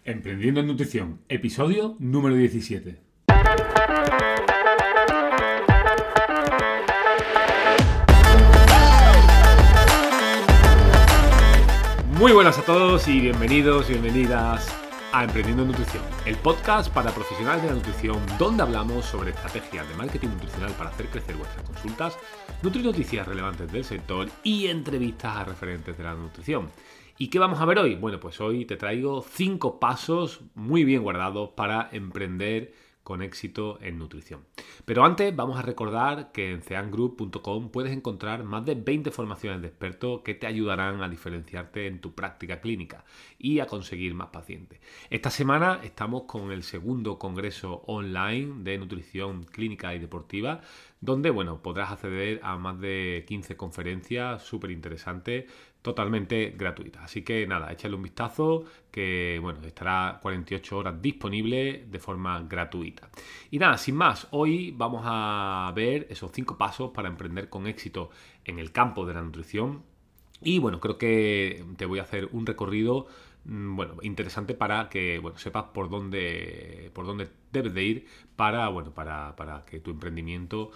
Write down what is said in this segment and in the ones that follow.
Emprendiendo en Nutrición, episodio número 17. Muy buenas a todos y bienvenidos y bienvenidas a Emprendiendo en Nutrición, el podcast para profesionales de la nutrición donde hablamos sobre estrategias de marketing nutricional para hacer crecer vuestras consultas, noticias relevantes del sector y entrevistas a referentes de la nutrición. ¿Y qué vamos a ver hoy? Bueno, pues hoy te traigo 5 pasos muy bien guardados para emprender con éxito en nutrición. Pero antes vamos a recordar que en ceangroup.com puedes encontrar más de 20 formaciones de expertos que te ayudarán a diferenciarte en tu práctica clínica y a conseguir más pacientes. Esta semana estamos con el segundo congreso online de nutrición clínica y deportiva, donde podrás acceder a más de 15 conferencias súper interesantes, totalmente gratuitas. Así que nada, échale un vistazo que estará 48 horas disponible de forma gratuita. Y nada, sin más, hoy vamos a ver esos 5 pasos para emprender con éxito en el campo de la nutrición. Y creo que te voy a hacer un recorrido interesante para que sepas por dónde debes de ir para que tu emprendimiento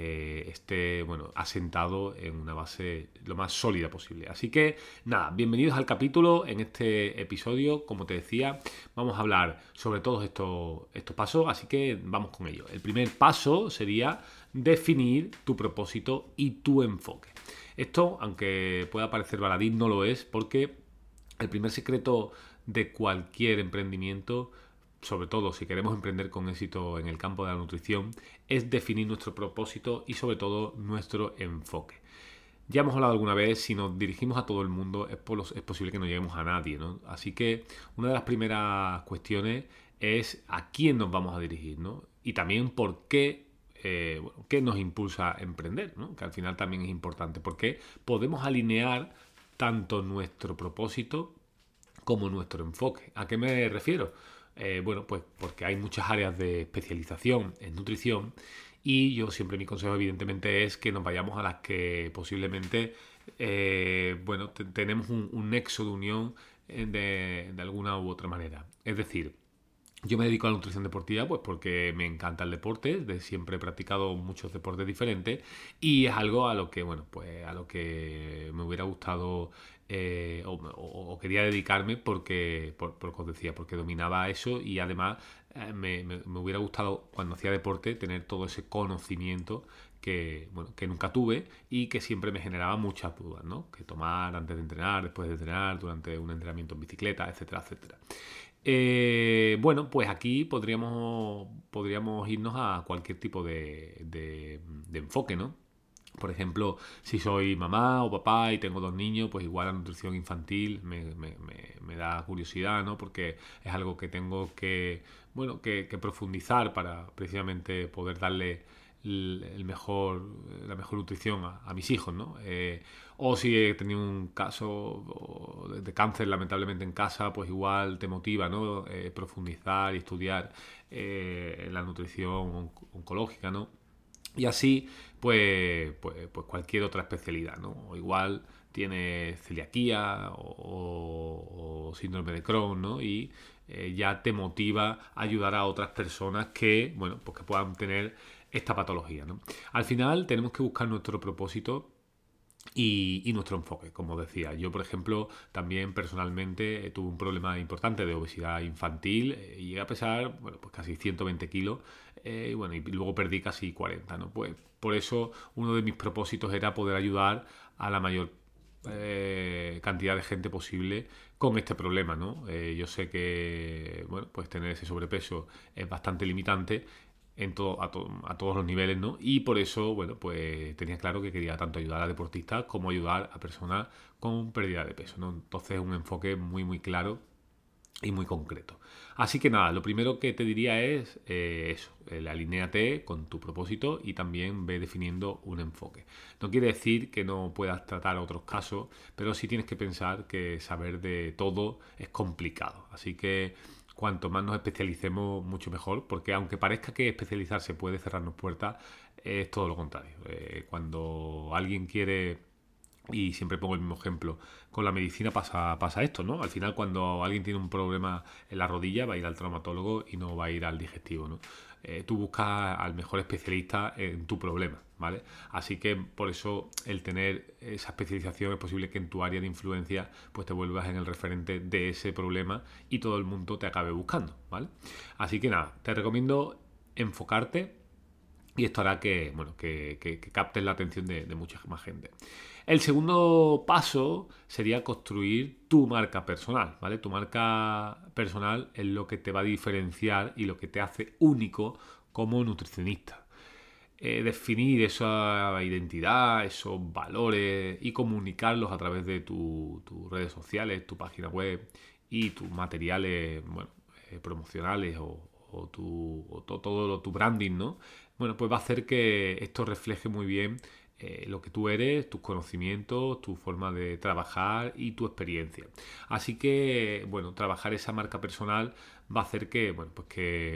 esté asentado en una base lo más sólida posible. Así que nada, bienvenidos al capítulo. En este episodio, como te decía, vamos a hablar sobre todos estos pasos, así que vamos con ello. El primer paso sería definir tu propósito y tu enfoque. Esto, aunque pueda parecer baladí, no lo es, porque el primer secreto de cualquier emprendimiento, sobre todo si queremos emprender con éxito en el campo de la nutrición, es definir nuestro propósito y sobre todo nuestro enfoque. Ya hemos hablado alguna vez, si nos dirigimos a todo el mundo es posible que no lleguemos a nadie, ¿no? Así que una de las primeras cuestiones es a quién nos vamos a dirigir, ¿no? Y también por qué qué nos impulsa a emprender, ¿no? Que al final también es importante, porque podemos alinear tanto nuestro propósito como nuestro enfoque. ¿A qué me refiero? Pues porque hay muchas áreas de especialización en nutrición y yo siempre mi consejo evidentemente es que nos vayamos a las que posiblemente tenemos un nexo de unión de alguna u otra manera. Es decir, yo me dedico a la nutrición deportiva pues porque me encanta el deporte, siempre he practicado muchos deportes diferentes y es algo a lo que a lo que me hubiera gustado o quería dedicarme porque os decía, porque dominaba eso y además me hubiera gustado cuando hacía deporte tener todo ese conocimiento que nunca tuve y que siempre me generaba muchas dudas, ¿no? Que tomar antes de entrenar, después de entrenar, durante un entrenamiento en bicicleta, etcétera, etcétera. Pues aquí podríamos irnos a cualquier tipo de enfoque, ¿no? Por ejemplo, si soy mamá o papá y tengo 2 niños, pues igual la nutrición infantil me da curiosidad, ¿no? Porque es algo que tengo que profundizar para precisamente poder darle la mejor nutrición a mis hijos, ¿no? O si he tenido un caso de cáncer lamentablemente en casa, pues igual te motiva, ¿no? Profundizar y estudiar la nutrición oncológica, ¿no? Y así, pues cualquier otra especialidad, ¿no? O igual tienes celiaquía o síndrome de Crohn, ¿no? Y ya te motiva a ayudar a otras personas que puedan tener esta patología, ¿no? Al final tenemos que buscar nuestro propósito y nuestro enfoque, como decía. Yo, por ejemplo, también personalmente tuve un problema importante de obesidad infantil y llegué a pesar pues casi 120 kilos y luego perdí casi 40, ¿no? Pues por eso uno de mis propósitos era poder ayudar a la mayor cantidad de gente posible con este problema, ¿no? Yo sé que pues tener ese sobrepeso es bastante limitante a todos los niveles, ¿no? Y por eso, pues tenía claro que quería tanto ayudar a deportistas como ayudar a personas con pérdida de peso, ¿no? Entonces un enfoque muy, muy claro y muy concreto. Así que nada, lo primero que te diría es eso, alinéate con tu propósito y también ve definiendo un enfoque. No quiere decir que no puedas tratar otros casos, pero sí tienes que pensar que saber de todo es complicado. Así que cuanto más nos especialicemos, mucho mejor, porque aunque parezca que especializarse puede cerrarnos puertas, es todo lo contrario. Cuando alguien quiere Y siempre pongo el mismo ejemplo. Con la medicina pasa esto, ¿no? Al final, cuando alguien tiene un problema en la rodilla, va a ir al traumatólogo y no va a ir al digestivo, ¿no? Tú buscas al mejor especialista en tu problema, ¿vale? Así que por eso el tener esa especialización es posible que en tu área de influencia pues te vuelvas en el referente de ese problema y todo el mundo te acabe buscando, ¿vale? Así que nada, te recomiendo enfocarte y esto hará que, bueno, que captes la atención de mucha más gente. El segundo paso sería construir tu marca personal, ¿vale? Tu marca personal es lo que te va a diferenciar y lo que te hace único como nutricionista. Definir esa identidad, esos valores y comunicarlos a través de tus redes sociales, tu página web y tus materiales, bueno, promocionales o todo tu branding, ¿no? Bueno, pues va a hacer que esto refleje muy bien lo que tú eres, tus conocimientos, tu forma de trabajar y tu experiencia. Así que, bueno, trabajar esa marca personal va a hacer que, bueno, pues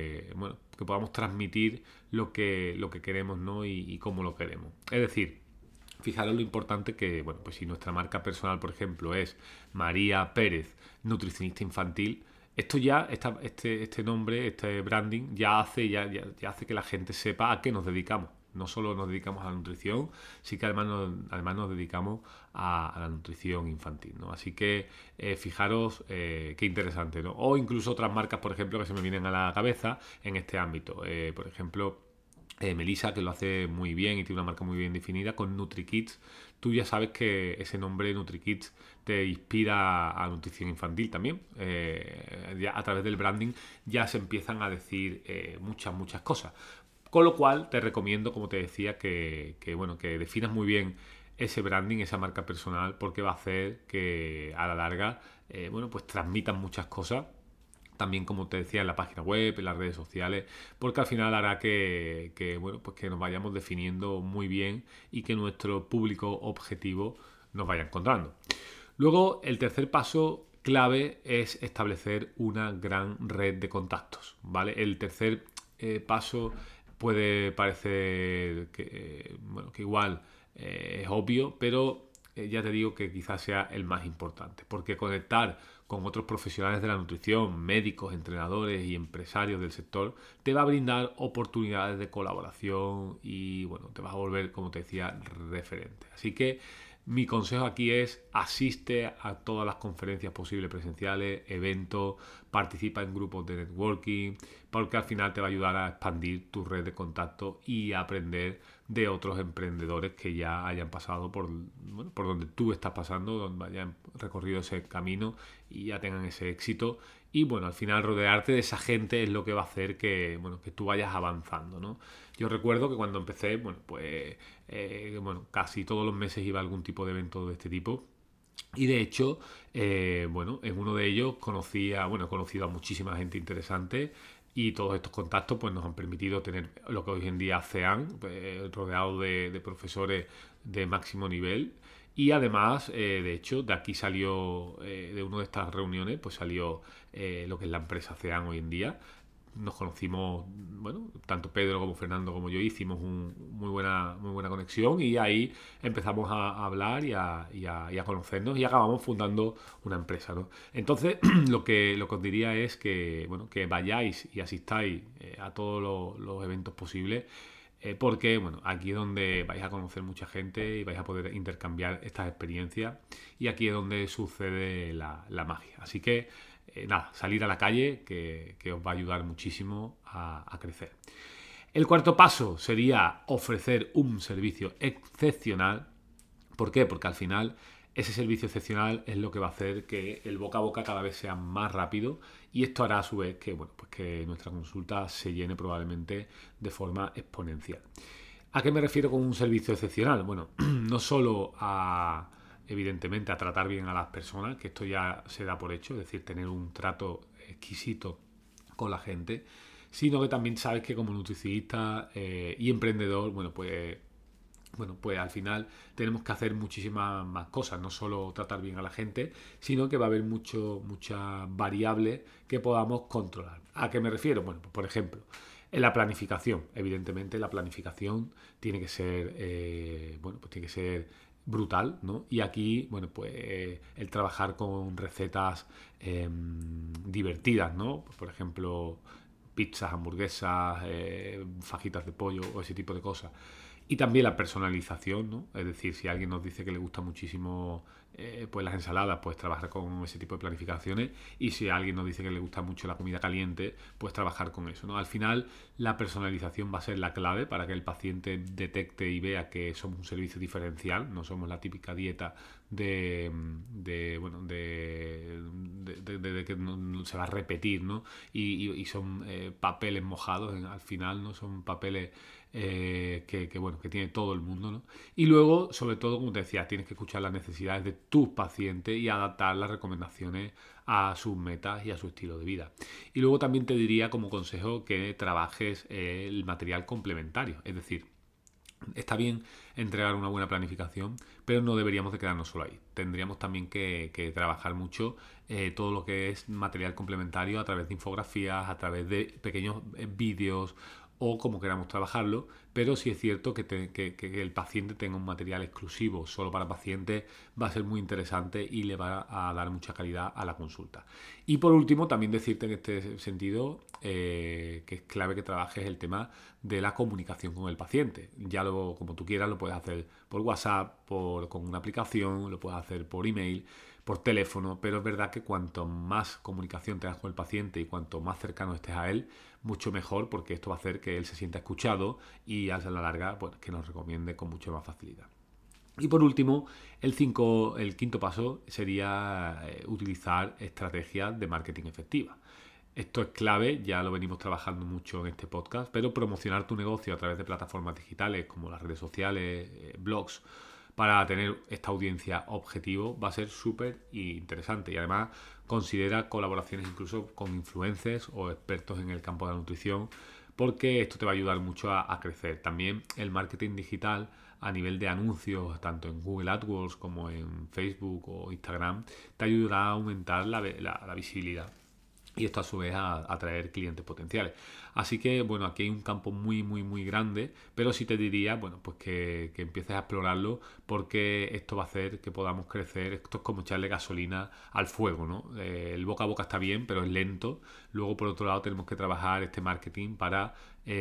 que podamos transmitir lo que queremos, ¿no? Y cómo lo queremos. Es decir, fijaros lo importante que, bueno, pues si nuestra marca personal, por ejemplo, es María Pérez, nutricionista infantil, esto ya, este nombre, este branding, ya hace que la gente sepa a qué nos dedicamos. No solo nos dedicamos a la nutrición, sí que además nos dedicamos a la nutrición infantil, ¿no? Así que fijaros qué interesante, ¿no? O incluso otras marcas, por ejemplo, que se me vienen a la cabeza en este ámbito. Por ejemplo, Melissa, que lo hace muy bien y tiene una marca muy bien definida, con NutriKids. Tú ya sabes que ese nombre NutriKids te inspira a nutrición infantil también. Ya a través del branding ya se empiezan a decir muchas cosas. Con lo cual te recomiendo, como te decía, bueno, que definas muy bien ese branding, esa marca personal, porque va a hacer que a la larga bueno, pues transmitan muchas cosas también, como te decía, en la página web, en las redes sociales, porque al final hará bueno, pues que nos vayamos definiendo muy bien y que nuestro público objetivo nos vaya encontrando. Luego, el tercer paso clave es establecer una gran red de contactos, ¿vale? El tercer paso puede parecer bueno, que igual es obvio, pero ya te digo que quizás sea el más importante, porque conectar con otros profesionales de la nutrición, médicos, entrenadores y empresarios del sector, te va a brindar oportunidades de colaboración y, bueno, te vas a volver, como te decía, referente. Así que mi consejo aquí es: asiste a todas las conferencias posibles presenciales, eventos, participa en grupos de networking, porque al final te va a ayudar a expandir tu red de contactos y a aprender de otros emprendedores que ya hayan pasado bueno, por donde tú estás pasando, donde hayan recorrido ese camino y ya tengan ese éxito. Y bueno, al final rodearte de esa gente es lo que va a hacer que, bueno, que tú vayas avanzando, ¿no? Yo recuerdo que cuando empecé, bueno, pues bueno, casi todos los meses iba a algún tipo de evento de este tipo. Y de hecho, bueno, en uno de ellos he conocido a muchísima gente interesante, y todos estos contactos pues nos han permitido tener lo que hoy en día CEAN, rodeado de profesores de máximo nivel. Y además, de hecho, de aquí salió, de una de estas reuniones, pues salió lo que es la empresa CEAN hoy en día. Nos conocimos, bueno, tanto Pedro como Fernando como yo hicimos muy buena conexión, y ahí empezamos a hablar y a conocernos, y acabamos fundando una empresa, ¿no? Entonces, lo que os diría es que, bueno, que vayáis y asistáis a todos los eventos posibles, porque, bueno, aquí es donde vais a conocer mucha gente y vais a poder intercambiar estas experiencias, y aquí es donde sucede la magia. Así que nada, salir a la calle, que os va a ayudar muchísimo a crecer. El cuarto paso sería ofrecer un servicio excepcional. ¿Por qué? Porque al final ese servicio excepcional es lo que va a hacer que el boca a boca cada vez sea más rápido, y esto hará a su vez que, bueno, pues que nuestra consulta se llene probablemente de forma exponencial. ¿A qué me refiero con un servicio excepcional? Bueno, no solo evidentemente a tratar bien a las personas, que esto ya se da por hecho, es decir, tener un trato exquisito con la gente, sino que también sabes que como nutricionista y emprendedor, bueno, pues al final tenemos que hacer muchísimas más cosas, no solo tratar bien a la gente, sino que va a haber muchas variables que podamos controlar. ¿A qué me refiero? Bueno, pues por ejemplo, en la planificación. Evidentemente la planificación tiene que ser, bueno, pues tiene que ser brutal, ¿no? Y aquí, bueno, pues el trabajar con recetas divertidas, ¿no? Por ejemplo, pizzas, hamburguesas, fajitas de pollo o ese tipo de cosas. Y también la personalización, ¿no? Es decir, si alguien nos dice que le gusta muchísimo pues las ensaladas, pues trabajar con ese tipo de planificaciones. Y si alguien nos dice que le gusta mucho la comida caliente, pues trabajar con eso, ¿no? Al final, la personalización va a ser la clave para que el paciente detecte y vea que somos un servicio diferencial, no somos la típica dieta de que no, se va a repetir, ¿no? Y son papeles mojados, al final, ¿no? Son papeles que tiene todo el mundo, ¿no? Y luego, sobre todo, como te decía, tienes que escuchar las necesidades de tus pacientes y adaptar las recomendaciones a sus metas y a su estilo de vida. Y luego también te diría como consejo que trabajes el material complementario, es decir, está bien entregar una buena planificación, pero no deberíamos de quedarnos solo ahí. Tendríamos también que trabajar mucho todo lo que es material complementario a través de infografías, a través de pequeños vídeos o como queramos trabajarlo, pero sí es cierto que el paciente tenga un material exclusivo solo para pacientes va a ser muy interesante y le va a dar mucha calidad a la consulta. Y por último, también decirte en este sentido que es clave que trabajes el tema de la comunicación con el paciente. Ya como tú quieras, lo puedes hacer por WhatsApp, con una aplicación, lo puedes hacer por email, por teléfono, pero es verdad que cuanto más comunicación tengas con el paciente y cuanto más cercano estés a él, mucho mejor, porque esto va a hacer que él se sienta escuchado y a la larga pues, que nos recomiende con mucha más facilidad. Y por último, el quinto paso sería utilizar estrategias de marketing efectivas. Esto es clave, ya lo venimos trabajando mucho en este podcast, pero promocionar tu negocio a través de plataformas digitales como las redes sociales, blogs, para tener esta audiencia objetivo va a ser súper interesante. Y además considera colaboraciones incluso con influencers o expertos en el campo de la nutrición, porque esto te va a ayudar mucho a crecer. También el marketing digital a nivel de anuncios, tanto en Google AdWords como en Facebook o Instagram, te ayudará a aumentar la visibilidad. Y esto a su vez a atraer clientes potenciales. Así que, bueno, aquí hay un campo muy, muy, muy grande, pero sí te diría, bueno, pues que empieces a explorarlo porque esto va a hacer que podamos crecer. Esto es como echarle gasolina al fuego, ¿no? El boca a boca está bien, pero es lento. Luego, por otro lado, tenemos que trabajar este marketing para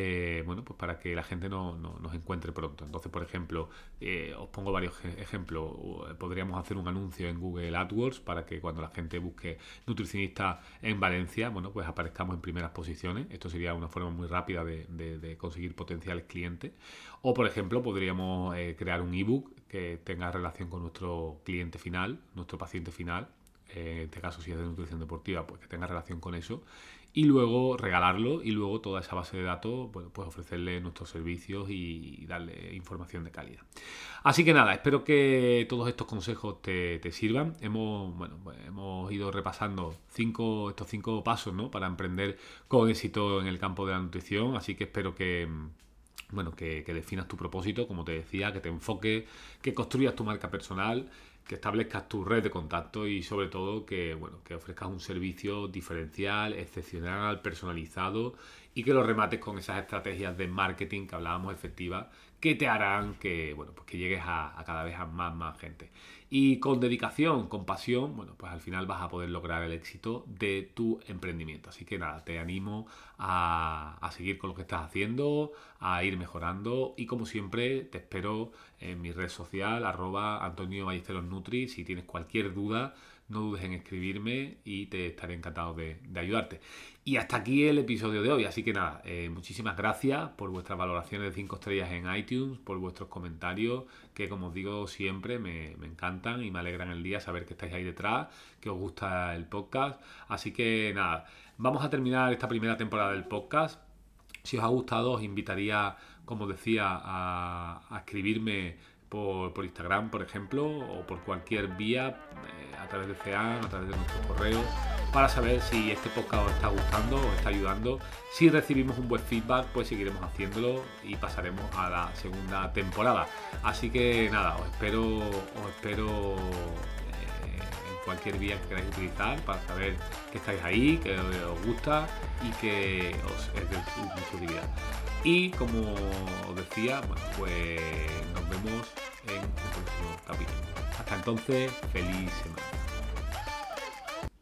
pues para que la gente nos encuentre pronto. Entonces, por ejemplo, os pongo varios ejemplos. Podríamos hacer un anuncio en Google AdWords para que cuando la gente busque nutricionista en Valencia, bueno, pues aparezcamos en primeras posiciones. Esto sería una forma muy rápida de conseguir potenciales clientes. O, por ejemplo, podríamos crear un ebook que tenga relación con nuestro cliente final, nuestro paciente final. En este caso, si es de nutrición deportiva, pues que tenga relación con eso. Y luego regalarlo y luego toda esa base de datos, bueno, pues ofrecerle nuestros servicios y darle información de calidad. Así que nada, espero que todos estos consejos te sirvan. Hemos ido repasando estos 5 pasos, ¿no? Para emprender con éxito en el campo de la nutrición, así que espero que definas tu propósito, como te decía, que te enfoques, que construyas tu marca personal, que establezcas tu red de contacto y sobre todo que ofrezcas un servicio diferencial, excepcional, personalizado y que lo remates con esas estrategias de marketing que hablábamos efectivas que te harán que llegues a cada vez a más gente. Y con dedicación, con pasión, pues al final vas a poder lograr el éxito de tu emprendimiento. Así que nada, te animo a seguir con lo que estás haciendo, a ir mejorando y como siempre te espero en mi red social @AntonioBallesteros_Nutri. Si tienes cualquier duda, no dudes en escribirme y te estaré encantado de ayudarte. Y hasta aquí el episodio de hoy. Así que nada, muchísimas gracias por vuestras valoraciones de 5 estrellas en iTunes, por vuestros comentarios, que como os digo siempre me encantan y me alegran el día saber que estáis ahí detrás, que os gusta el podcast. Así que nada, vamos a terminar esta primera temporada del podcast. Si os ha gustado, os invitaría, como decía, a escribirme por Instagram, por ejemplo, o por cualquier vía, a través de CEAN, a través de nuestros correos, para saber si este podcast os está gustando, os está ayudando. Si recibimos un buen feedback, pues seguiremos haciéndolo y pasaremos a la segunda temporada. Así que nada, os espero en cualquier vía que queráis utilizar para saber que estáis ahí, que os gusta y que os es de mucha utilidad. Y como os decía, bueno, pues nos vemos en el próximo capítulo. Hasta entonces, feliz semana.